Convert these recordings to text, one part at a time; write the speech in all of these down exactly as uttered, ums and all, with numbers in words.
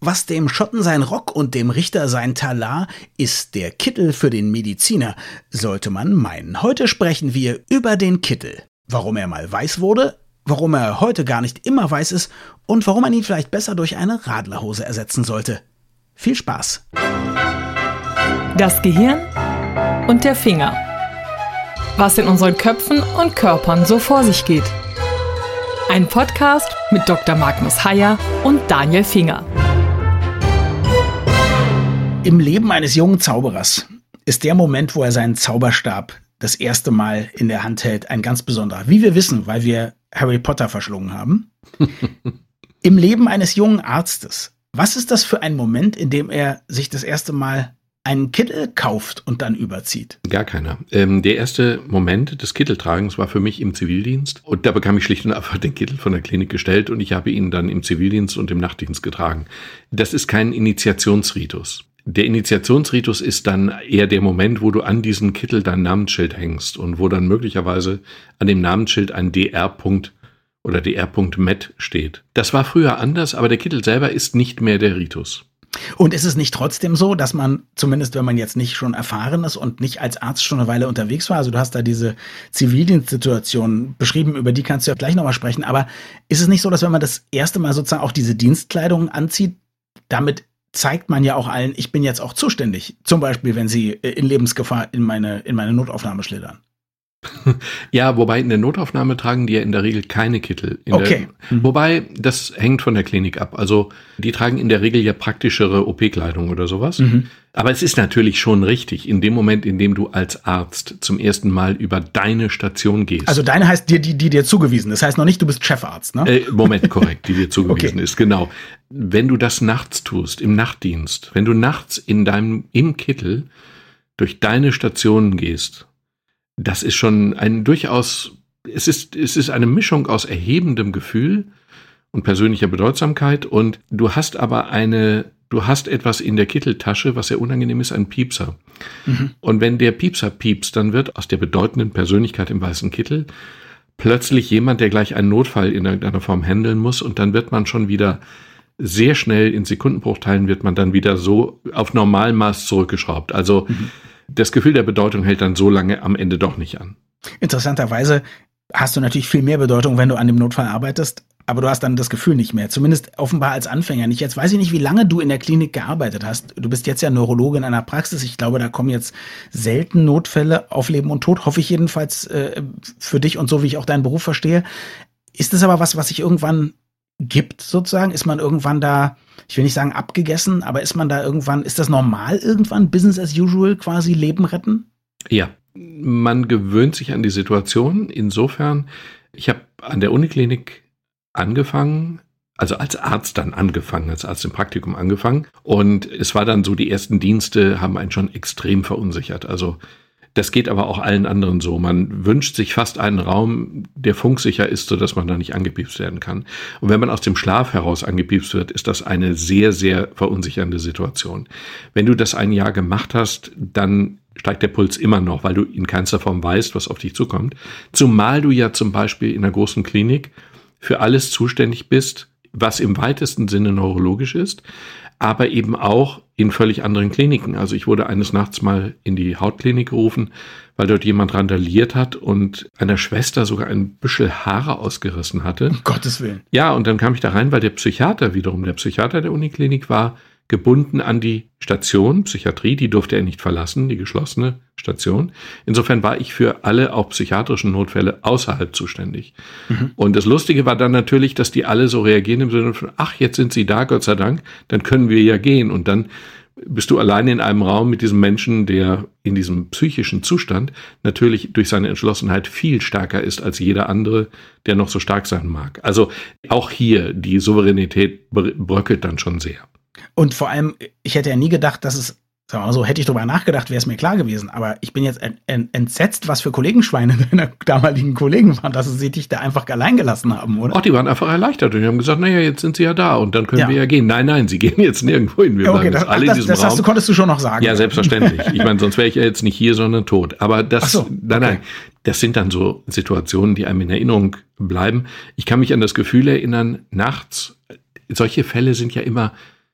Was dem Schotten sein Rock und dem Richter sein Talar, ist der Kittel für den Mediziner, sollte man meinen. Heute sprechen wir über den Kittel. Warum er mal weiß wurde, warum er heute gar nicht immer weiß ist und warum man ihn vielleicht besser durch eine Radlerhose ersetzen sollte. Viel Spaß! Das Gehirn und der Finger. Was in unseren Köpfen und Körpern so vor sich geht. Ein Podcast mit Doktor Magnus Heyer und Daniel Finger. Im Leben eines jungen Zauberers ist der Moment, wo er seinen Zauberstab das erste Mal in der Hand hält, ein ganz besonderer. Wie wir wissen, weil wir Harry Potter verschlungen haben. Im Leben eines jungen Arztes. Was ist das für ein Moment, in dem er sich das erste Mal einen Kittel kauft und dann überzieht? Gar keiner. Ähm, der erste Moment des Kitteltragens war für mich im Zivildienst. Und da bekam ich schlicht und einfach den Kittel von der Klinik gestellt und ich habe ihn dann im Zivildienst und im Nachtdienst getragen. Das ist kein Initiationsritus. Der Initiationsritus ist dann eher der Moment, wo du an diesen Kittel dein Namensschild hängst und wo dann möglicherweise an dem Namensschild ein D R. oder D R.Med steht. Das war früher anders, aber der Kittel selber ist nicht mehr der Ritus. Und ist es nicht trotzdem so, dass man, zumindest wenn man jetzt nicht schon erfahren ist und nicht als Arzt schon eine Weile unterwegs war, also du hast da diese Zivildienstsituation beschrieben, über die kannst du ja gleich nochmal sprechen, aber ist es nicht so, dass wenn man das erste Mal sozusagen auch diese Dienstkleidung anzieht, damit zeigt man ja auch allen, ich bin jetzt auch zuständig, zum Beispiel, wenn sie in Lebensgefahr in meine, in meine Notaufnahme schlittern? Ja, wobei in der Notaufnahme tragen die ja in der Regel keine Kittel. In okay. Der, wobei, das hängt von der Klinik ab. Also die tragen in der Regel ja praktischere O P-Kleidung oder sowas. Mhm. Aber es ist natürlich schon richtig, in dem Moment, in dem du als Arzt zum ersten Mal über deine Station gehst. Also deine heißt die, die, die dir zugewiesen ist. Das heißt noch nicht, du bist Chefarzt, ne? Äh, Moment, korrekt, die dir zugewiesen okay. ist, genau. Wenn du das nachts tust, im Nachtdienst, wenn du nachts in deinem, im Kittel durch deine Stationen gehst, das ist schon ein durchaus, es ist, es ist eine Mischung aus erhebendem Gefühl und persönlicher Bedeutsamkeit und du hast aber eine, du hast etwas in der Kitteltasche, was sehr unangenehm ist, ein Piepser. Mhm. Und wenn der Piepser piepst, dann wird aus der bedeutenden Persönlichkeit im weißen Kittel plötzlich jemand, der gleich einen Notfall in irgendeiner Form handeln muss und dann wird man schon wieder sehr schnell, in Sekundenbruchteilen wird man dann wieder so auf Normalmaß zurückgeschraubt. Also, mhm. Das Gefühl der Bedeutung hält dann so lange am Ende doch nicht an. Interessanterweise hast du natürlich viel mehr Bedeutung, wenn du an dem Notfall arbeitest, aber du hast dann das Gefühl nicht mehr. Zumindest offenbar als Anfänger nicht. Jetzt weiß ich nicht, wie lange du in der Klinik gearbeitet hast. Du bist jetzt ja Neurologe in einer Praxis. Ich glaube, da kommen jetzt selten Notfälle auf Leben und Tod. Hoffe ich jedenfalls äh, für dich und so, wie ich auch deinen Beruf verstehe. Ist das aber was, was sich irgendwann gibt, sozusagen? Ist man irgendwann da, ich will nicht sagen abgegessen, aber ist man da irgendwann, ist das normal irgendwann, Business as usual quasi, Leben retten? Ja, man gewöhnt sich an die Situation. Insofern, ich habe an der Uniklinik angefangen, also als Arzt dann angefangen, als Arzt im Praktikum angefangen und es war dann so, die ersten Dienste haben einen schon extrem verunsichert, also das geht aber auch allen anderen so. Man wünscht sich fast einen Raum, der funksicher ist, sodass man da nicht angepiepst werden kann. Und wenn man aus dem Schlaf heraus angepiepst wird, ist das eine sehr, sehr verunsichernde Situation. Wenn du das ein Jahr gemacht hast, dann steigt der Puls immer noch, weil du in keinster Form weißt, was auf dich zukommt. Zumal du ja zum Beispiel in einer großen Klinik für alles zuständig bist, was im weitesten Sinne neurologisch ist, aber eben auch in völlig anderen Kliniken. Also ich wurde eines Nachts mal in die Hautklinik gerufen, weil dort jemand randaliert hat und einer Schwester sogar ein Büschel Haare ausgerissen hatte. Um Gottes Willen. Ja, und dann kam ich da rein, weil der Psychiater wiederum, der Psychiater der Uniklinik war gebunden an die Station, Psychiatrie, die durfte er nicht verlassen, die geschlossene Station. Insofern war ich für alle auch psychiatrischen Notfälle außerhalb zuständig. Mhm. Und das Lustige war dann natürlich, dass die alle so reagieren im Sinne von, ach, jetzt sind sie da, Gott sei Dank, dann können wir ja gehen. Und dann bist du alleine in einem Raum mit diesem Menschen, der in diesem psychischen Zustand natürlich durch seine Entschlossenheit viel stärker ist als jeder andere, der noch so stark sein mag. Also auch hier, die Souveränität bröckelt dann schon sehr. Und vor allem, ich hätte ja nie gedacht, dass es, sagen wir mal so, hätte ich drüber nachgedacht, wäre es mir klar gewesen. Aber ich bin jetzt en- en- entsetzt, was für Kollegenschweine deine damaligen Kollegen waren, dass sie dich da einfach allein gelassen haben, oder? Ach, die waren einfach erleichtert und die haben gesagt, naja, jetzt sind sie ja da und dann können ja. wir ja gehen. Nein, nein, sie gehen jetzt nirgendwo hin. Wir okay, bleiben das, jetzt alle ach, das, in diesem das Raum. Hast du, konntest du schon noch sagen. Ja, selbstverständlich. Ich meine, sonst wäre ich ja jetzt nicht hier, sondern tot. Aber das, ach so, nein, nein, okay. Das sind dann so Situationen, die einem in Erinnerung bleiben. Ich kann mich an das Gefühl erinnern, nachts, solche Fälle sind ja immer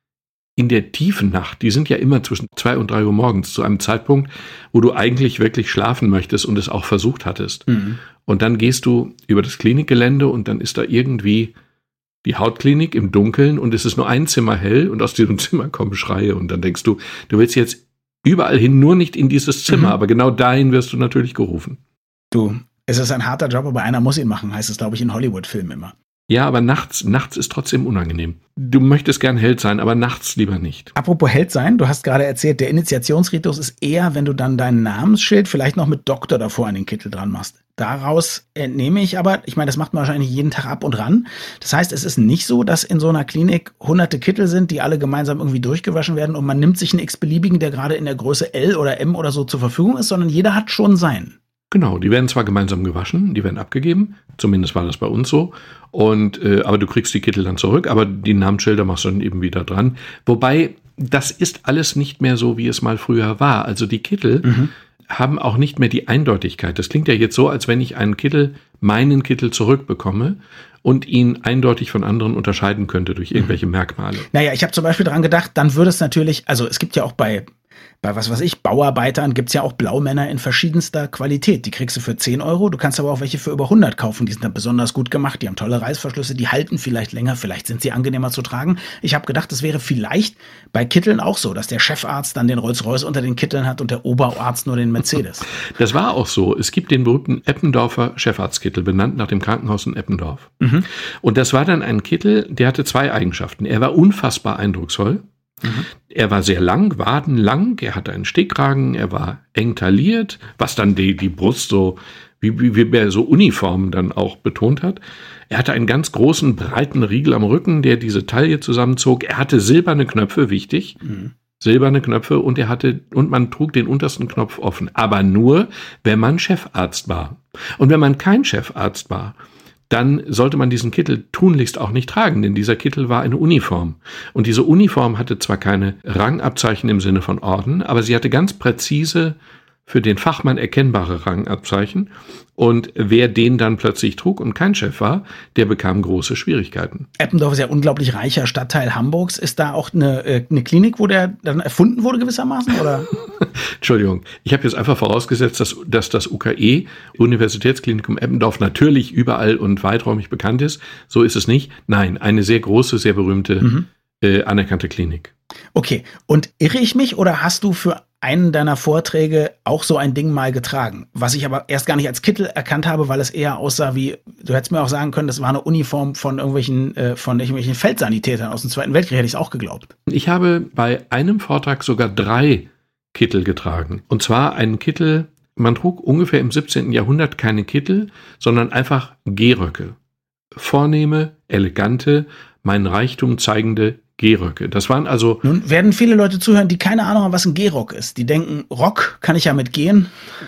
in der tiefen Nacht, die sind ja immer zwischen zwei und drei Uhr morgens, zu einem Zeitpunkt, wo du eigentlich wirklich schlafen möchtest und es auch versucht hattest. Mhm. Und dann gehst du über das Klinikgelände und dann ist da irgendwie die Hautklinik im Dunkeln und es ist nur ein Zimmer hell und aus diesem Zimmer kommen Schreie und dann denkst du, du willst jetzt überall hin, nur nicht in dieses Zimmer, mhm. aber genau dahin wirst du natürlich gerufen. Du, es ist ein harter Job, aber einer muss ihn machen, heißt es, glaube ich, in Hollywood-Filmen immer. Ja, aber nachts, nachts ist trotzdem unangenehm. Du möchtest gern Held sein, aber nachts lieber nicht. Apropos Held sein, du hast gerade erzählt, der Initiationsritus ist eher, wenn du dann dein Namensschild vielleicht noch mit Doktor davor an den Kittel dran machst. Daraus entnehme ich aber, ich meine, das macht man wahrscheinlich jeden Tag ab und ran. Das heißt, es ist nicht so, dass in so einer Klinik hunderte Kittel sind, die alle gemeinsam irgendwie durchgewaschen werden und man nimmt sich einen x-beliebigen, der gerade in der Größe L oder M oder so zur Verfügung ist, sondern jeder hat schon seinen. Genau, die werden zwar gemeinsam gewaschen, die werden abgegeben, zumindest war das bei uns so, und äh, aber du kriegst die Kittel dann zurück, aber die Namensschilder machst du dann eben wieder dran. Wobei, das ist alles nicht mehr so, wie es mal früher war. Also die Kittel mhm. haben auch nicht mehr die Eindeutigkeit. Das klingt ja jetzt so, als wenn ich einen Kittel, meinen Kittel zurückbekomme und ihn eindeutig von anderen unterscheiden könnte durch irgendwelche mhm. Merkmale. Naja, ich habe zum Beispiel dran gedacht, dann würde es natürlich, also es gibt ja auch bei Bei was weiß ich, Bauarbeitern gibt's ja auch Blaumänner in verschiedenster Qualität. Die kriegst du für zehn Euro, du kannst aber auch welche für über hundert kaufen. Die sind dann besonders gut gemacht, die haben tolle Reißverschlüsse, die halten vielleicht länger, vielleicht sind sie angenehmer zu tragen. Ich habe gedacht, das wäre vielleicht bei Kitteln auch so, dass der Chefarzt dann den Rolls-Royce unter den Kitteln hat und der Oberarzt nur den Mercedes. Das war auch so. Es gibt den berühmten Eppendorfer Chefarztkittel, benannt nach dem Krankenhaus in Eppendorf. Mhm. Und das war dann ein Kittel, der hatte zwei Eigenschaften. Er war unfassbar eindrucksvoll. Mhm. Er war sehr lang, wadenlang, er hatte einen Stegkragen, er war eng tailliert, was dann die, die Brust so, wie, wie, wie er so Uniform dann auch betont hat. Er hatte einen ganz großen, breiten Riegel am Rücken, der diese Taille zusammenzog. Er hatte silberne Knöpfe, wichtig, mhm. silberne Knöpfe, und er hatte, und man trug den untersten Knopf offen. Aber nur, wenn man Chefarzt war. Und wenn man kein Chefarzt war, dann sollte man diesen Kittel tunlichst auch nicht tragen, denn dieser Kittel war eine Uniform. Und diese Uniform hatte zwar keine Rangabzeichen im Sinne von Orden, aber sie hatte ganz präzise für den Fachmann erkennbare Rangabzeichen. Und wer den dann plötzlich trug und kein Chef war, der bekam große Schwierigkeiten. Eppendorf ist ja ein unglaublich reicher Stadtteil Hamburgs. Ist da auch eine, eine Klinik, wo der dann erfunden wurde gewissermaßen, oder? Entschuldigung, ich habe jetzt einfach vorausgesetzt, dass, dass das U K E, Universitätsklinikum Eppendorf, natürlich überall und weiträumig bekannt ist. So ist es nicht. Nein, eine sehr große, sehr berühmte, mhm. äh, anerkannte Klinik. Okay, und irre ich mich oder hast du für einen deiner Vorträge auch so ein Ding mal getragen, was ich aber erst gar nicht als Kittel erkannt habe, weil es eher aussah wie, du hättest mir auch sagen können, das war eine Uniform von irgendwelchen, äh, von irgendwelchen Feldsanitätern aus dem Zweiten Weltkrieg, hätte ich es auch geglaubt. Ich habe bei einem Vortrag sogar drei Kittel getragen. Und zwar einen Kittel, man trug ungefähr im siebzehnten Jahrhundert keine Kittel, sondern einfach Gehröcke. Vornehme, elegante, meinen Reichtum zeigende Gehröcke. Das waren also... Nun werden viele Leute zuhören, die keine Ahnung haben, was ein Gehrock ist. Die denken, Rock, kann ich ja mit gehen.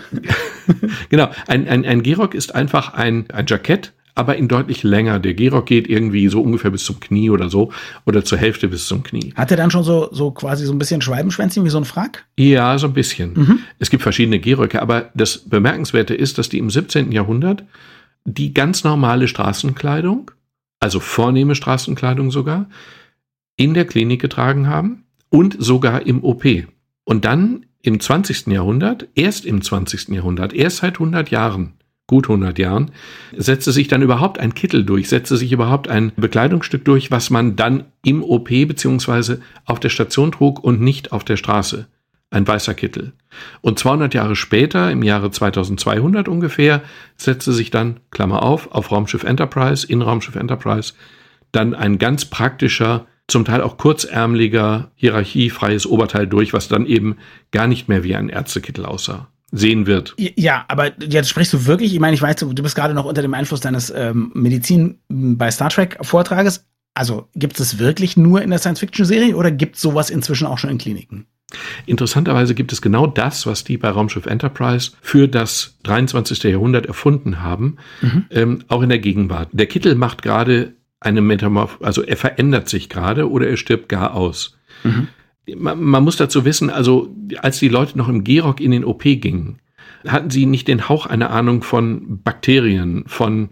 Genau, ein, ein, ein Gehrock ist einfach ein, ein Jackett, aber in deutlich länger. Der Gehrock geht irgendwie so ungefähr bis zum Knie oder so, oder zur Hälfte bis zum Knie. Hat er dann schon so, so quasi so ein bisschen Schwalbenschwänzchen wie so ein Frack? Ja, so ein bisschen. Mhm. Es gibt verschiedene Gehröcke, aber das Bemerkenswerte ist, dass die im siebzehnten Jahrhundert die ganz normale Straßenkleidung, also vornehme Straßenkleidung sogar, in der Klinik getragen haben und sogar im O P. Und dann im zwanzigsten Jahrhundert, erst im zwanzigsten Jahrhundert, erst seit hundert Jahren, gut hundert Jahren, setzte sich dann überhaupt ein Kittel durch, setzte sich überhaupt ein Bekleidungsstück durch, was man dann im O P beziehungsweise auf der Station trug und nicht auf der Straße. Ein weißer Kittel. Und zweihundert Jahre später, im Jahre zweitausendzweihundert ungefähr, setzte sich dann, Klammer auf, auf Raumschiff Enterprise, in Raumschiff Enterprise, dann ein ganz praktischer, zum Teil auch kurzärmeliger, hierarchiefreies Oberteil durch, was dann eben gar nicht mehr wie ein Ärztekittel aussah, sehen wird. Ja, aber jetzt sprichst du wirklich, ich meine, ich weiß, du bist gerade noch unter dem Einfluss deines ähm, Medizin bei Star Trek Vortrages. Also gibt es wirklich nur in der Science-Fiction-Serie oder gibt es sowas inzwischen auch schon in Kliniken? Interessanterweise gibt es genau das, was die bei Raumschiff Enterprise für das dreiundzwanzigste Jahrhundert erfunden haben, mhm. ähm, auch in der Gegenwart. Der Kittel macht gerade eine Metamorph, also er verändert sich gerade oder er stirbt gar aus. Mhm. Man, man muss dazu wissen, also als die Leute noch im Gehrock in den O P gingen, hatten sie nicht den Hauch einer Ahnung von Bakterien, von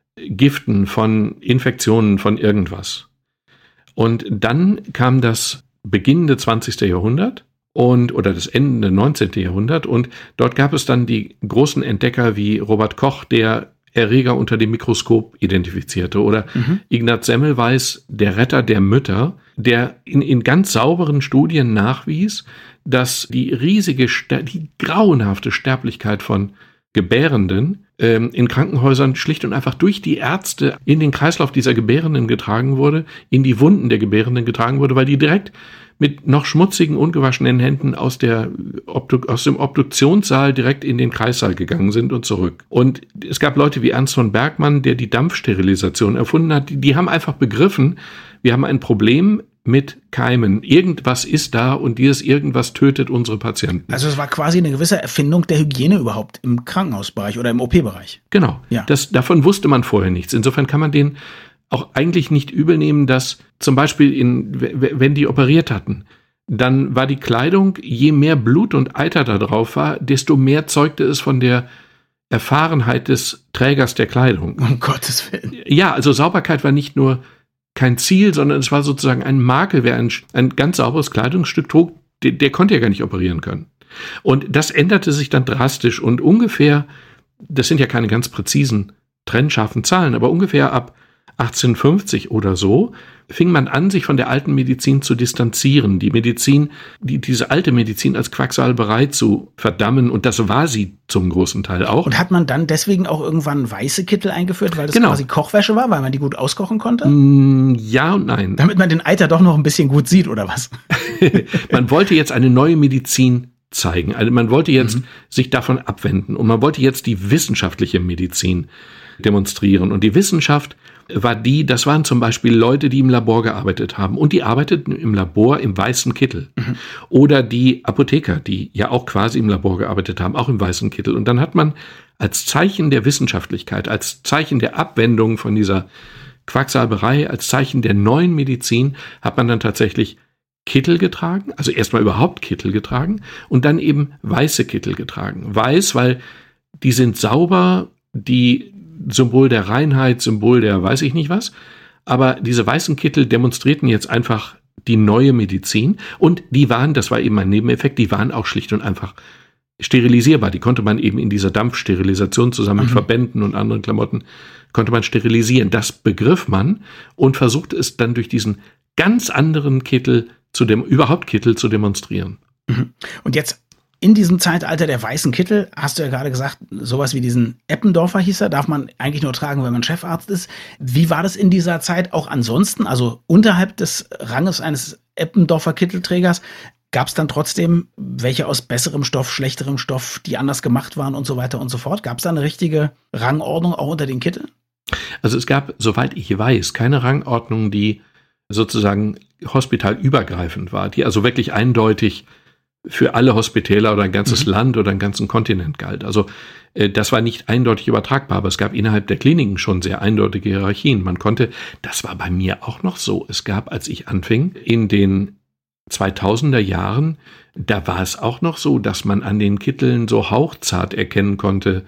Giften, von Infektionen, von irgendwas. Und dann kam das beginnende zwanzigste Jahrhundert und oder das Ende neunzehnten Jahrhundert. Und dort gab es dann die großen Entdecker wie Robert Koch, der Erreger unter dem Mikroskop identifizierte, oder mhm. Ignaz Semmelweis, der Retter der Mütter, der in, in ganz sauberen Studien nachwies, dass die riesige, die grauenhafte Sterblichkeit von Gebärenden ähm, in Krankenhäusern schlicht und einfach durch die Ärzte in den Kreislauf dieser Gebärenden getragen wurde, in die Wunden der Gebärenden getragen wurde, weil die direkt mit noch schmutzigen, ungewaschenen Händen aus der Obdu- aus dem Obduktionssaal direkt in den Kreissaal gegangen sind und zurück. Und es gab Leute wie Ernst von Bergmann, der die Dampfsterilisation erfunden hat, die, die haben einfach begriffen, wir haben ein Problem mit Keimen. Irgendwas ist da und dieses Irgendwas tötet unsere Patienten. Also es war quasi eine gewisse Erfindung der Hygiene überhaupt im Krankenhausbereich oder im O P-Bereich. Genau. Ja. Das, davon wusste man vorher nichts. Insofern kann man den auch eigentlich nicht übel nehmen, dass zum Beispiel, in, wenn die operiert hatten, dann war die Kleidung, je mehr Blut und Eiter da drauf war, desto mehr zeugte es von der Erfahrenheit des Trägers der Kleidung. Um Gottes Willen. Ja, also Sauberkeit war nicht nur kein Ziel, sondern es war sozusagen ein Makel. Wer ein, ein ganz sauberes Kleidungsstück trug, der, der konnte ja gar nicht operieren können. Und das änderte sich dann drastisch und ungefähr, das sind ja keine ganz präzisen, trennscharfen Zahlen, aber ungefähr ab achtzehnhundertfünfzig oder so, fing man an, sich von der alten Medizin zu distanzieren. Die Medizin, die, diese alte Medizin als Quacksalberei zu verdammen, und das war sie zum großen Teil auch. Und hat man dann deswegen auch irgendwann weiße Kittel eingeführt, weil das genau. quasi Kochwäsche war, weil man die gut auskochen konnte? Mm, ja und nein. Damit man den Eiter doch noch ein bisschen gut sieht, oder was? Man wollte jetzt eine neue Medizin zeigen. Also man wollte jetzt mhm. sich davon abwenden und man wollte jetzt die wissenschaftliche Medizin demonstrieren. Und die Wissenschaft war die, das waren zum Beispiel Leute, die im Labor gearbeitet haben. Und die arbeiteten im Labor im weißen Kittel. Mhm. Oder die Apotheker, die ja auch quasi im Labor gearbeitet haben, auch im weißen Kittel. Und dann hat man als Zeichen der Wissenschaftlichkeit, als Zeichen der Abwendung von dieser Quacksalberei, als Zeichen der neuen Medizin, hat man dann tatsächlich Kittel getragen, also erstmal überhaupt Kittel getragen und dann eben weiße Kittel getragen. Weiß, weil die sind sauber, die Symbol der Reinheit, Symbol der weiß ich nicht was, aber diese weißen Kittel demonstrierten jetzt einfach die neue Medizin und die waren, das war eben ein Nebeneffekt, die waren auch schlicht und einfach sterilisierbar. Die konnte man eben in dieser Dampfsterilisation zusammen mhm. mit Verbänden und anderen Klamotten, konnte man sterilisieren. Das begriff man und versuchte es dann durch diesen ganz anderen Kittel zu dem, überhaupt Kittel zu demonstrieren. Mhm. Und jetzt in diesem Zeitalter der weißen Kittel, hast du ja gerade gesagt, sowas wie diesen Eppendorfer hieß er, darf man eigentlich nur tragen, wenn man Chefarzt ist. Wie war das in dieser Zeit auch ansonsten? Also unterhalb des Ranges eines Eppendorfer Kittelträgers gab es dann trotzdem welche aus besserem Stoff, schlechterem Stoff, die anders gemacht waren und so weiter und so fort? Gab es da eine richtige Rangordnung auch unter den Kitteln? Also es gab, soweit ich weiß, keine Rangordnung, die sozusagen hospitalübergreifend war, die also wirklich eindeutig für alle Hospitäler oder ein ganzes mhm. Land oder einen ganzen Kontinent galt. Also äh, das war nicht eindeutig übertragbar, aber es gab innerhalb der Kliniken schon sehr eindeutige Hierarchien. Man konnte, das war bei mir auch noch so, es gab, als ich anfing, in den zweitausender Jahren, da war es auch noch so, dass man an den Kitteln so hauchzart erkennen konnte,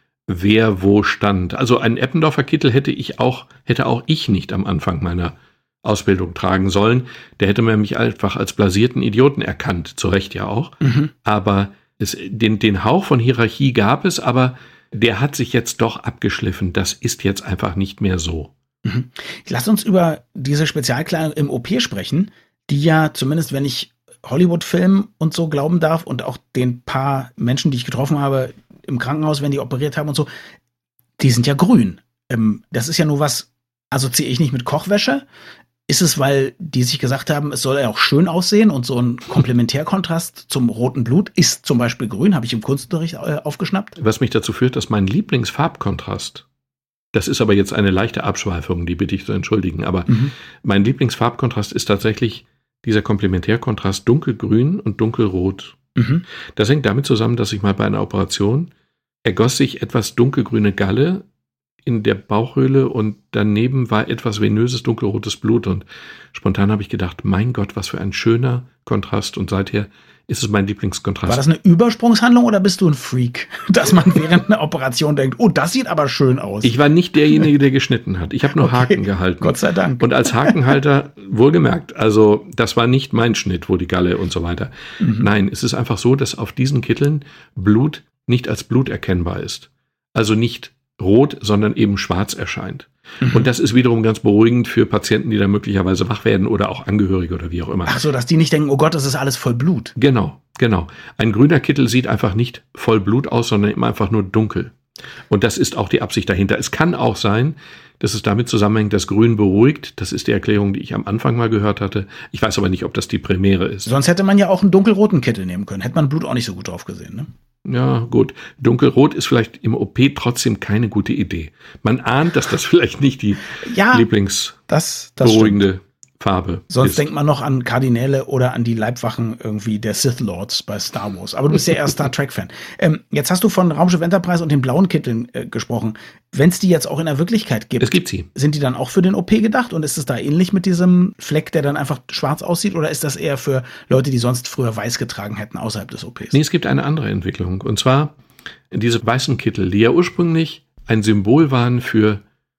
wer wo stand. Also einen Eppendorfer Kittel hätte ich auch, hätte auch ich nicht am Anfang meiner Ausbildung tragen sollen. Der hätte man mich einfach als blasierten Idioten erkannt, zu Recht ja auch. Mhm. Aber es, den, den Hauch von Hierarchie gab es, aber der hat sich jetzt doch abgeschliffen. Das ist jetzt einfach nicht mehr so. Mhm. Lass uns über diese Spezialkleidung im O P sprechen, die ja zumindest, wenn ich Hollywood-Filmen und so glauben darf und auch den paar Menschen, die ich getroffen habe im Krankenhaus, wenn die operiert haben und so, die sind ja grün. Ähm, das ist ja nur was, assoziiere ich nicht mit Kochwäsche. Ist es, weil die sich gesagt haben, es soll ja auch schön aussehen und so ein Komplementärkontrast zum roten Blut ist zum Beispiel grün, habe ich im Kunstunterricht aufgeschnappt. Was mich dazu führt, dass mein Lieblingsfarbkontrast, das ist aber jetzt eine leichte Abschweifung, die bitte ich zu entschuldigen, aber mhm. mein Lieblingsfarbkontrast ist tatsächlich dieser Komplementärkontrast dunkelgrün und dunkelrot. Mhm. Das hängt damit zusammen, dass ich mal bei einer Operation ergoss sich etwas dunkelgrüne Galle in der Bauchhöhle und daneben war etwas venöses, dunkelrotes Blut und spontan habe ich gedacht, mein Gott, was für ein schöner Kontrast und seither ist es mein Lieblingskontrast. War das eine Übersprungshandlung oder bist du ein Freak, dass man während einer Operation denkt, oh, das sieht aber schön aus? Ich war nicht derjenige, der geschnitten hat. Ich habe nur okay. Haken gehalten. Gott sei Dank. Und als Hakenhalter, wohlgemerkt, also das war nicht mein Schnitt, wo die Galle und so weiter. Mhm. Nein, es ist einfach so, dass auf diesen Kitteln Blut nicht als Blut erkennbar ist. Also nicht rot, sondern eben schwarz erscheint. Mhm. Und das ist wiederum ganz beruhigend für Patienten, die da möglicherweise wach werden oder auch Angehörige oder wie auch immer. Ach so, dass die nicht denken, oh Gott, das ist alles voll Blut. Genau, genau. Ein grüner Kittel sieht einfach nicht voll Blut aus, sondern immer einfach nur dunkel. Und das ist auch die Absicht dahinter. Es kann auch sein, dass es damit zusammenhängt, dass Grün beruhigt. Das ist die Erklärung, die ich am Anfang mal gehört hatte. Ich weiß aber nicht, ob das die Primäre ist. Sonst hätte man ja auch einen dunkelroten Kittel nehmen können. Hätte man Blut auch nicht so gut drauf gesehen, ne? Ja, gut. Dunkelrot ist vielleicht im O P trotzdem keine gute Idee. Man ahnt, dass das vielleicht nicht die ja, Lieblingsberuhigende das, das Farbe Sonst ist. denkt man noch an Kardinäle oder an die Leibwachen irgendwie der Sith Lords bei Star Wars. Aber du bist ja eher Star Trek-Fan. Ähm, jetzt hast du von Raumschiff Enterprise und den blauen Kitteln äh, gesprochen. Wenn es die jetzt auch in der Wirklichkeit gibt, es gibt sie. Sind die dann auch für den O P gedacht? Und ist es da ähnlich mit diesem Fleck, der dann einfach schwarz aussieht? Oder ist das eher für Leute, die sonst früher weiß getragen hätten außerhalb des O Ps? Nee, es gibt eine andere Entwicklung. Und zwar diese weißen Kittel, die ja ursprünglich ein Symbol waren für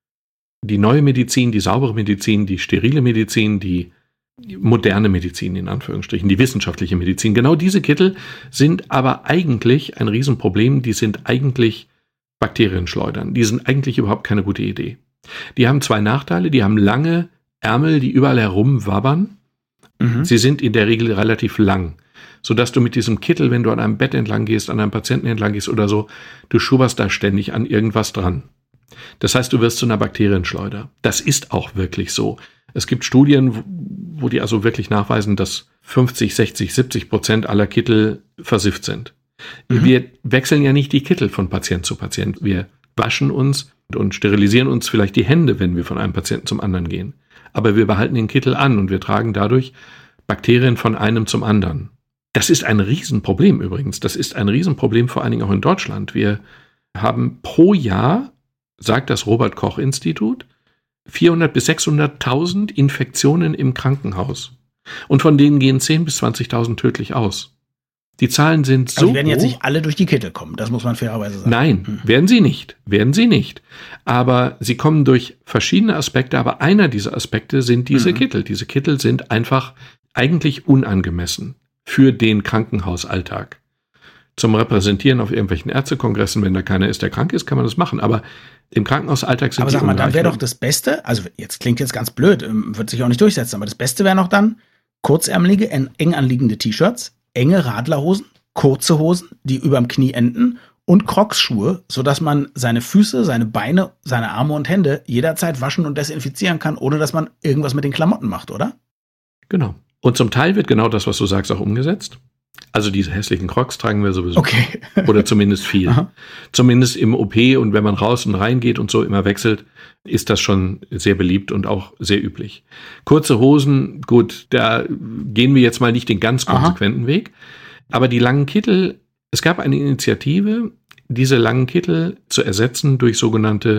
die neue Medizin, die saubere Medizin, die sterile Medizin, die moderne Medizin in Anführungsstrichen, die wissenschaftliche Medizin. Genau diese Kittel sind aber eigentlich ein Riesenproblem. Die sind eigentlich Bakterienschleudern. Die sind eigentlich überhaupt keine gute Idee. Die haben zwei Nachteile. Die haben lange Ärmel, die überall herumwabbern. Mhm. Sie sind in der Regel relativ lang, sodass du mit diesem Kittel, wenn du an einem Bett entlang gehst, an einem Patienten entlang gehst oder so, du schubberst da ständig an irgendwas dran. Das heißt, du wirst zu einer Bakterienschleuder. Das ist auch wirklich so. Es gibt Studien, wo die also wirklich nachweisen, dass fünfzig, sechzig, siebzig Prozent aller Kittel versifft sind. Mhm. Wir wechseln ja nicht die Kittel von Patient zu Patient. Wir waschen uns und sterilisieren uns vielleicht die Hände, wenn wir von einem Patienten zum anderen gehen. Aber wir behalten den Kittel an und wir tragen dadurch Bakterien von einem zum anderen. Das ist ein Riesenproblem übrigens. Das ist ein Riesenproblem vor allen Dingen auch in Deutschland. Wir haben pro Jahr, sagt das Robert-Koch-Institut, vierhundert bis sechshunderttausend Infektionen im Krankenhaus. Und von denen gehen zehntausend bis zwanzigtausend tödlich aus. Die Zahlen sind so hoch. Die werden jetzt hoch. nicht alle durch die Kittel kommen, das muss man fairerweise sagen. Nein, hm. werden sie nicht, werden sie nicht. Aber sie kommen durch verschiedene Aspekte, aber einer dieser Aspekte sind diese mhm. Kittel. Diese Kittel sind einfach eigentlich unangemessen für den Krankenhausalltag. Zum Repräsentieren auf irgendwelchen Ärztekongressen, wenn da keiner ist, der krank ist, kann man das machen. Aber im Krankenhausalltag sind aber die sag mal, dann wäre doch das Beste, also jetzt klingt jetzt ganz blöd, wird sich auch nicht durchsetzen, aber das Beste wäre noch dann kurzärmelige, eng anliegende T-Shirts, enge Radlerhosen, kurze Hosen, die überm Knie enden und Crocs-Schuhe, sodass man seine Füße, seine Beine, seine Arme und Hände jederzeit waschen und desinfizieren kann, ohne dass man irgendwas mit den Klamotten macht, oder? Genau. Und zum Teil wird genau das, was du sagst, auch umgesetzt. Also diese hässlichen Crocs tragen wir sowieso. Okay. Oder zumindest viel. Aha. Zumindest im O P und wenn man raus und reingeht und so immer wechselt, ist das schon sehr beliebt und auch sehr üblich. Kurze Hosen, gut, da gehen wir jetzt mal nicht den ganz konsequenten Aha. Weg. Aber die langen Kittel, es gab eine Initiative, diese langen Kittel zu ersetzen durch sogenannte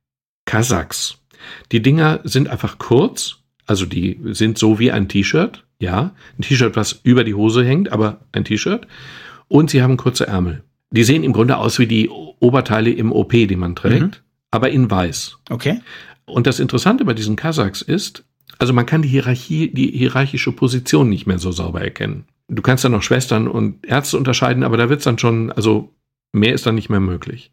Kasachs. Die Dinger sind einfach kurz, also die sind so wie ein T-Shirt. Ja, ein T-Shirt, was über die Hose hängt, aber ein T-Shirt. Und sie haben kurze Ärmel. Die sehen im Grunde aus wie die Oberteile im O P, die man trägt, mhm. aber in weiß. Okay. Und das Interessante bei diesen Kasachs ist, also man kann die Hierarchie, die hierarchische Position nicht mehr so sauber erkennen. Du kannst dann noch Schwestern und Ärzte unterscheiden, aber da wird es dann schon, also mehr ist dann nicht mehr möglich.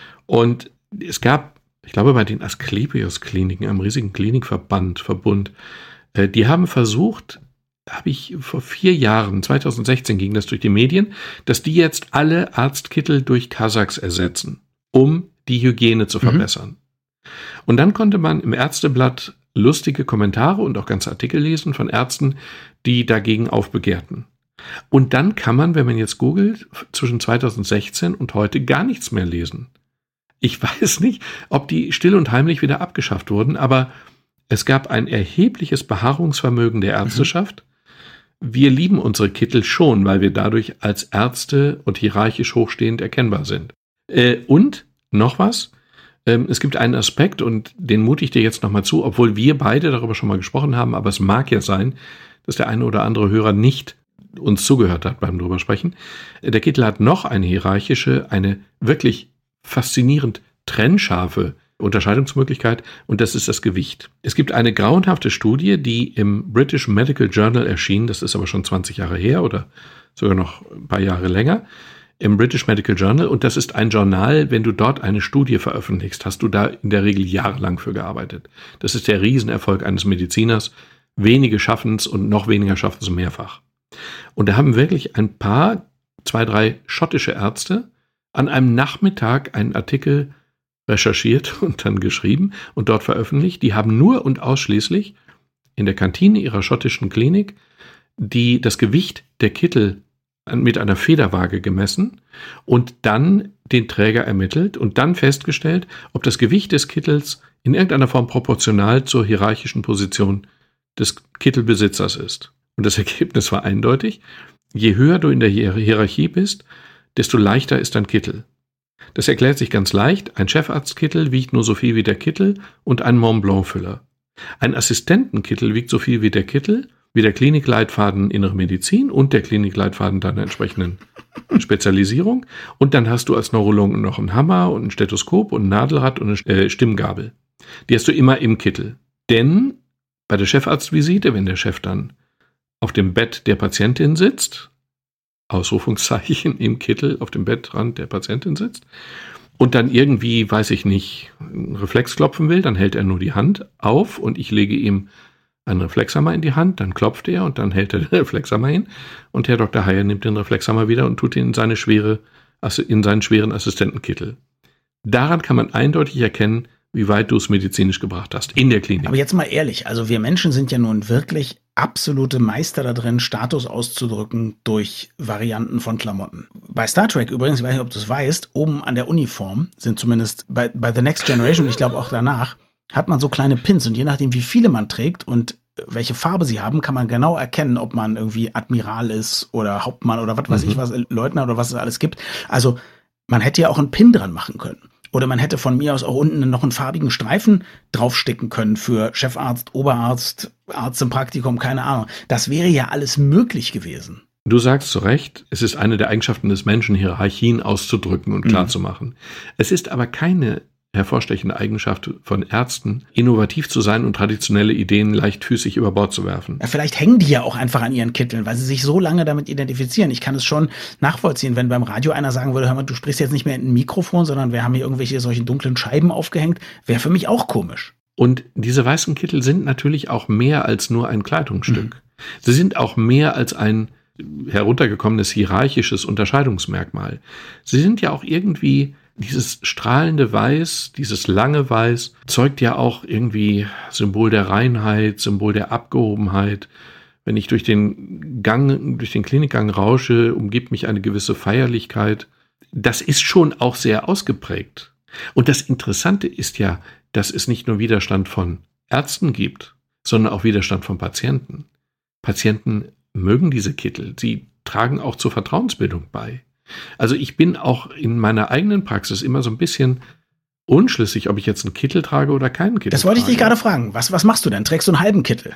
Und es gab, ich glaube, bei den Asklepios-Kliniken, einem riesigen Klinikverband, Verbund, äh, die haben versucht, habe ich vor vier Jahren, zwanzig sechzehn ging das durch die Medien, dass die jetzt alle Arztkittel durch Kasachs ersetzen, um die Hygiene zu verbessern. Mhm. Und dann konnte man im Ärzteblatt lustige Kommentare und auch ganze Artikel lesen von Ärzten, die dagegen aufbegehrten. Und dann kann man, wenn man jetzt googelt, zwischen zwanzig sechzehn und heute gar nichts mehr lesen. Ich weiß nicht, ob die still und heimlich wieder abgeschafft wurden, aber es gab ein erhebliches Beharrungsvermögen der Ärzteschaft. Mhm. Wir lieben unsere Kittel schon, weil wir dadurch als Ärzte und hierarchisch hochstehend erkennbar sind. Äh, und noch was, ähm, es gibt einen Aspekt, und den mute ich dir jetzt nochmal zu, obwohl wir beide darüber schon mal gesprochen haben, aber es mag ja sein, dass der eine oder andere Hörer nicht uns zugehört hat beim drüber sprechen. Der Kittel hat noch eine hierarchische, eine wirklich faszinierend trennscharfe Unterscheidungsmöglichkeit, und das ist das Gewicht. Es gibt eine grauenhafte Studie, die im British Medical Journal erschien, das ist aber schon zwanzig Jahre her oder sogar noch ein paar Jahre länger, im British Medical Journal, und das ist ein Journal, wenn du dort eine Studie veröffentlichst, hast du da in der Regel jahrelang für gearbeitet. Das ist der Riesenerfolg eines Mediziners. Wenige schaffen es und noch weniger schaffen es mehrfach. Und da haben wirklich ein paar, zwei, drei schottische Ärzte an einem Nachmittag einen Artikel recherchiert und dann geschrieben und dort veröffentlicht. Die haben nur und ausschließlich in der Kantine ihrer schottischen Klinik die, das Gewicht der Kittel mit einer Federwaage gemessen und dann den Träger ermittelt und dann festgestellt, ob das Gewicht des Kittels in irgendeiner Form proportional zur hierarchischen Position des Kittelbesitzers ist. Und das Ergebnis war eindeutig: Je höher du in der Hierarchie bist, desto leichter ist dein Kittel. Das erklärt sich ganz leicht. Ein Chefarztkittel wiegt nur so viel wie der Kittel und ein Mont Blanc-Füller. Ein Assistentenkittel wiegt so viel wie der Kittel, wie der Klinikleitfaden Innere Medizin und der Klinikleitfaden deiner entsprechenden Spezialisierung. Und dann hast du als Neurologen noch einen Hammer und ein Stethoskop und ein Nadelrad und eine Stimmgabel. Die hast du immer im Kittel. Denn bei der Chefarztvisite, wenn der Chef dann auf dem Bett der Patientin sitzt, Ausrufungszeichen im Kittel auf dem Bettrand der Patientin sitzt und dann irgendwie, weiß ich nicht, einen Reflex klopfen will, dann hält er nur die Hand auf und ich lege ihm einen Reflexhammer in die Hand, dann klopft er und dann hält er den Reflexhammer hin und Herr Doktor Heyer nimmt den Reflexhammer wieder und tut ihn in, seine schwere, in seinen schweren Assistentenkittel. Daran kann man eindeutig erkennen, wie weit du es medizinisch gebracht hast in der Klinik. Aber jetzt mal ehrlich, also wir Menschen sind ja nun wirklich absolute Meister da drin, Status auszudrücken durch Varianten von Klamotten. Bei Star Trek übrigens, ich weiß nicht, ob du es weißt, oben an der Uniform sind zumindest bei, bei The Next Generation, ich glaube auch danach, hat man so kleine Pins und je nachdem, wie viele man trägt und welche Farbe sie haben, kann man genau erkennen, ob man irgendwie Admiral ist oder Hauptmann oder was weiß mhm. ich, was Leutnant oder was es alles gibt. Also man hätte ja auch einen Pin dran machen können. Oder man hätte von mir aus auch unten noch einen farbigen Streifen draufstecken können für Chefarzt, Oberarzt, Arzt im Praktikum, keine Ahnung. Das wäre ja alles möglich gewesen. Du sagst zu Recht, es ist eine der Eigenschaften des Menschen, Hierarchien auszudrücken und klar mhm. zu machen. Es ist aber keine hervorstechende Eigenschaft von Ärzten, innovativ zu sein und traditionelle Ideen leichtfüßig über Bord zu werfen. Ja, vielleicht hängen die ja auch einfach an ihren Kitteln, weil sie sich so lange damit identifizieren. Ich kann es schon nachvollziehen, wenn beim Radio einer sagen würde, hör mal, du sprichst jetzt nicht mehr in ein Mikrofon, sondern wir haben hier irgendwelche solchen dunklen Scheiben aufgehängt, wäre für mich auch komisch. Und diese weißen Kittel sind natürlich auch mehr als nur ein Kleidungsstück. Mhm. Sie sind auch mehr als ein heruntergekommenes hierarchisches Unterscheidungsmerkmal. Sie sind ja auch irgendwie dieses strahlende Weiß, dieses lange Weiß, zeugt ja auch irgendwie Symbol der Reinheit, Symbol der Abgehobenheit. Wenn ich durch den Gang, durch den Klinikgang rausche, umgibt mich eine gewisse Feierlichkeit. Das ist schon auch sehr ausgeprägt. Und das Interessante ist ja, dass es nicht nur Widerstand von Ärzten gibt, sondern auch Widerstand von Patienten. Patienten mögen diese Kittel. Sie tragen auch zur Vertrauensbildung bei. Also ich bin auch in meiner eigenen Praxis immer so ein bisschen unschlüssig, ob ich jetzt einen Kittel trage oder keinen Kittel trage. Das wollte ich dich gerade fragen. Was, was machst du denn? Trägst du einen halben Kittel?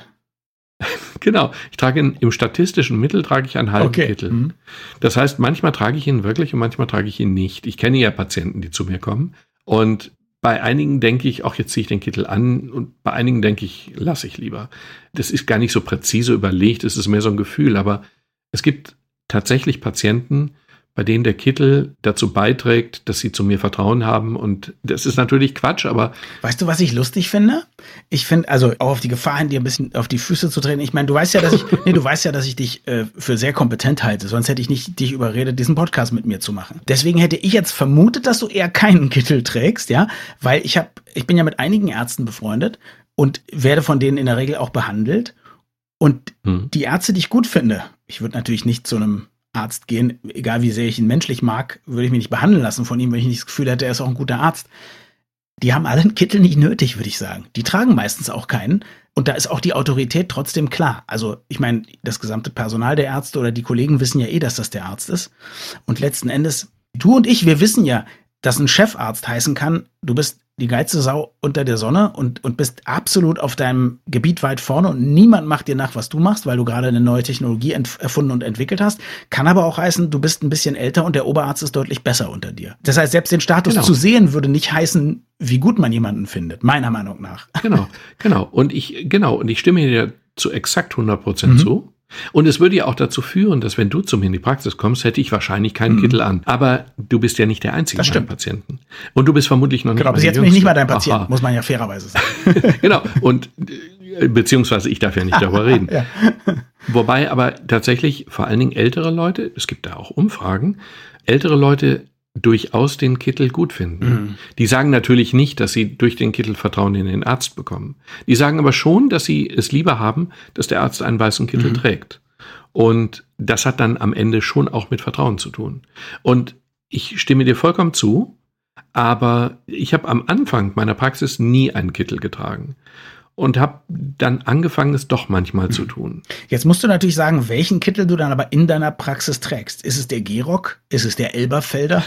Genau. Ich trage ihn, im statistischen Mittel trage ich einen halben okay. Kittel. Mhm. Das heißt, manchmal trage ich ihn wirklich und manchmal trage ich ihn nicht. Ich kenne ja Patienten, die zu mir kommen. Und bei einigen denke ich, auch jetzt ziehe ich den Kittel an, und bei einigen denke ich, lasse ich lieber. Das ist gar nicht so präzise überlegt, es ist mehr so ein Gefühl. Aber es gibt tatsächlich Patienten, bei denen der Kittel dazu beiträgt, dass sie zu mir Vertrauen haben. Und das ist natürlich Quatsch, aber... Weißt du, was ich lustig finde? Ich finde, also auch auf die Gefahr hin, dir ein bisschen auf die Füße zu treten. Ich meine, du weißt ja, dass ich, nee, du weißt ja, dass ich dich äh, für sehr kompetent halte. Sonst hätte ich nicht dich überredet, diesen Podcast mit mir zu machen. Deswegen hätte ich jetzt vermutet, dass du eher keinen Kittel trägst, ja? Weil ich habe, ich bin ja mit einigen Ärzten befreundet und werde von denen in der Regel auch behandelt. Und hm. die Ärzte, die ich gut finde, ich würde natürlich nicht zu einem Arzt gehen, egal wie sehr ich ihn menschlich mag, würde ich mich nicht behandeln lassen von ihm, wenn ich nicht das Gefühl hätte, er ist auch ein guter Arzt. Die haben alle einen Kittel nicht nötig, würde ich sagen. Die tragen meistens auch keinen. Und da ist auch die Autorität trotzdem klar. Also ich meine, das gesamte Personal der Ärzte oder die Kollegen wissen ja eh, dass das der Arzt ist. Und letzten Endes, du und ich, wir wissen ja, dass ein Chefarzt heißen kann, du bist die geilste Sau unter der Sonne und, und bist absolut auf deinem Gebiet weit vorne und niemand macht dir nach, was du machst, weil du gerade eine neue Technologie ent- erfunden und entwickelt hast. Kann aber auch heißen, du bist ein bisschen älter und der Oberarzt ist deutlich besser unter dir. Das heißt, selbst den Status Genau. zu sehen, würde nicht heißen, wie gut man jemanden findet, meiner Meinung nach. Genau, genau. Und ich, genau, und ich stimme dir zu exakt hundert Prozent mhm. zu. Und es würde ja auch dazu führen, dass wenn du zu mir in die Praxis kommst, hätte ich wahrscheinlich keinen mhm. Kittel an. Aber du bist ja nicht der einzige bei Patienten. Und du bist vermutlich noch nicht genau, bis jetzt bin ich nicht mal dein Patient, Aha. muss man ja fairerweise sagen. Genau, und beziehungsweise ich darf ja nicht darüber reden. Ja. Wobei aber tatsächlich vor allen Dingen ältere Leute, es gibt da auch Umfragen, ältere Leute durchaus den Kittel gut finden. Mhm. Die sagen natürlich nicht, dass sie durch den Kittel Vertrauen in den Arzt bekommen. Die sagen aber schon, dass sie es lieber haben, dass der Arzt einen weißen Kittel mhm. trägt. Und das hat dann am Ende schon auch mit Vertrauen zu tun. Und ich stimme dir vollkommen zu, aber ich habe am Anfang meiner Praxis nie einen Kittel getragen. Und habe dann angefangen, es doch manchmal zu tun. Jetzt musst du natürlich sagen, welchen Kittel du dann aber in deiner Praxis trägst. Ist es der Gehrock? Ist es der Elberfelder?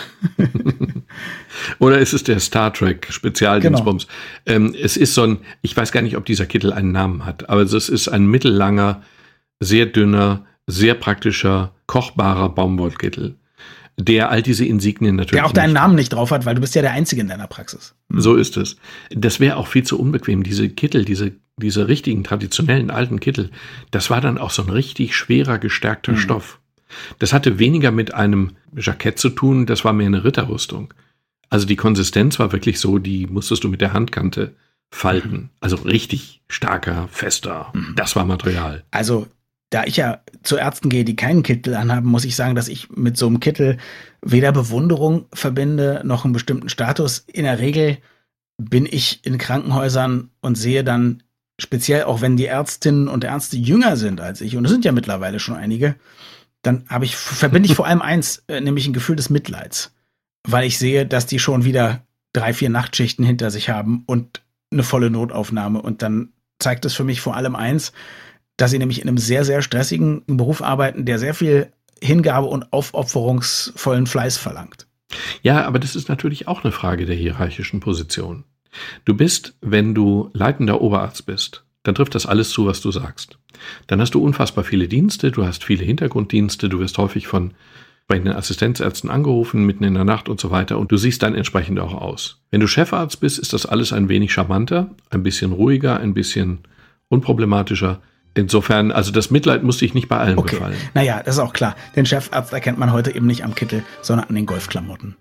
Oder ist es der Star Trek Spezialdienstbums? Genau. Ähm, es ist so ein, ich weiß gar nicht, ob dieser Kittel einen Namen hat, aber es ist ein mittellanger, sehr dünner, sehr praktischer, kochbarer Baumwollkittel, der all diese Insignien natürlich der auch deinen nicht Namen nicht drauf hat, weil du bist ja der Einzige in deiner Praxis. So ist es. Das wäre auch viel zu unbequem. Diese Kittel, diese, diese richtigen, traditionellen alten Kittel, das war dann auch so ein richtig schwerer, gestärkter mhm. Stoff. Das hatte weniger mit einem Jackett zu tun, das war mehr eine Ritterrüstung. Also die Konsistenz war wirklich so, die musstest du mit der Handkante falten. Mhm. Also richtig starker, fester. Mhm. Das war Material. Also da ich ja zu Ärzten gehe, die keinen Kittel anhaben, muss ich sagen, dass ich mit so einem Kittel weder Bewunderung verbinde, noch einen bestimmten Status. In der Regel bin ich in Krankenhäusern und sehe dann, speziell auch wenn die Ärztinnen und Ärzte jünger sind als ich, und es sind ja mittlerweile schon einige, dann habe ich, verbinde ich vor allem eins, äh, nämlich ein Gefühl des Mitleids. Weil ich sehe, dass die schon wieder drei, vier Nachtschichten hinter sich haben und eine volle Notaufnahme. Und dann zeigt es für mich vor allem eins, dass sie nämlich in einem sehr, sehr stressigen Beruf arbeiten, der sehr viel Hingabe und aufopferungsvollen Fleiß verlangt. Ja, aber das ist natürlich auch eine Frage der hierarchischen Position. Du bist, wenn du leitender Oberarzt bist, dann trifft das alles zu, was du sagst. Dann hast du unfassbar viele Dienste, du hast viele Hintergrunddienste, du wirst häufig von bei den Assistenzärzten angerufen, mitten in der Nacht und so weiter, und du siehst dann entsprechend auch aus. Wenn du Chefarzt bist, ist das alles ein wenig charmanter, ein bisschen ruhiger, ein bisschen unproblematischer. Insofern, also das Mitleid musste ich nicht bei allen okay. gefallen. Naja, das ist auch klar. Den Chefarzt erkennt man heute eben nicht am Kittel, sondern an den Golfklamotten.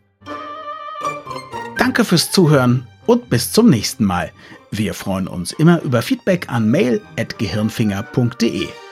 Danke fürs Zuhören und bis zum nächsten Mal. Wir freuen uns immer über Feedback an mail at gehirnfinger punkt de.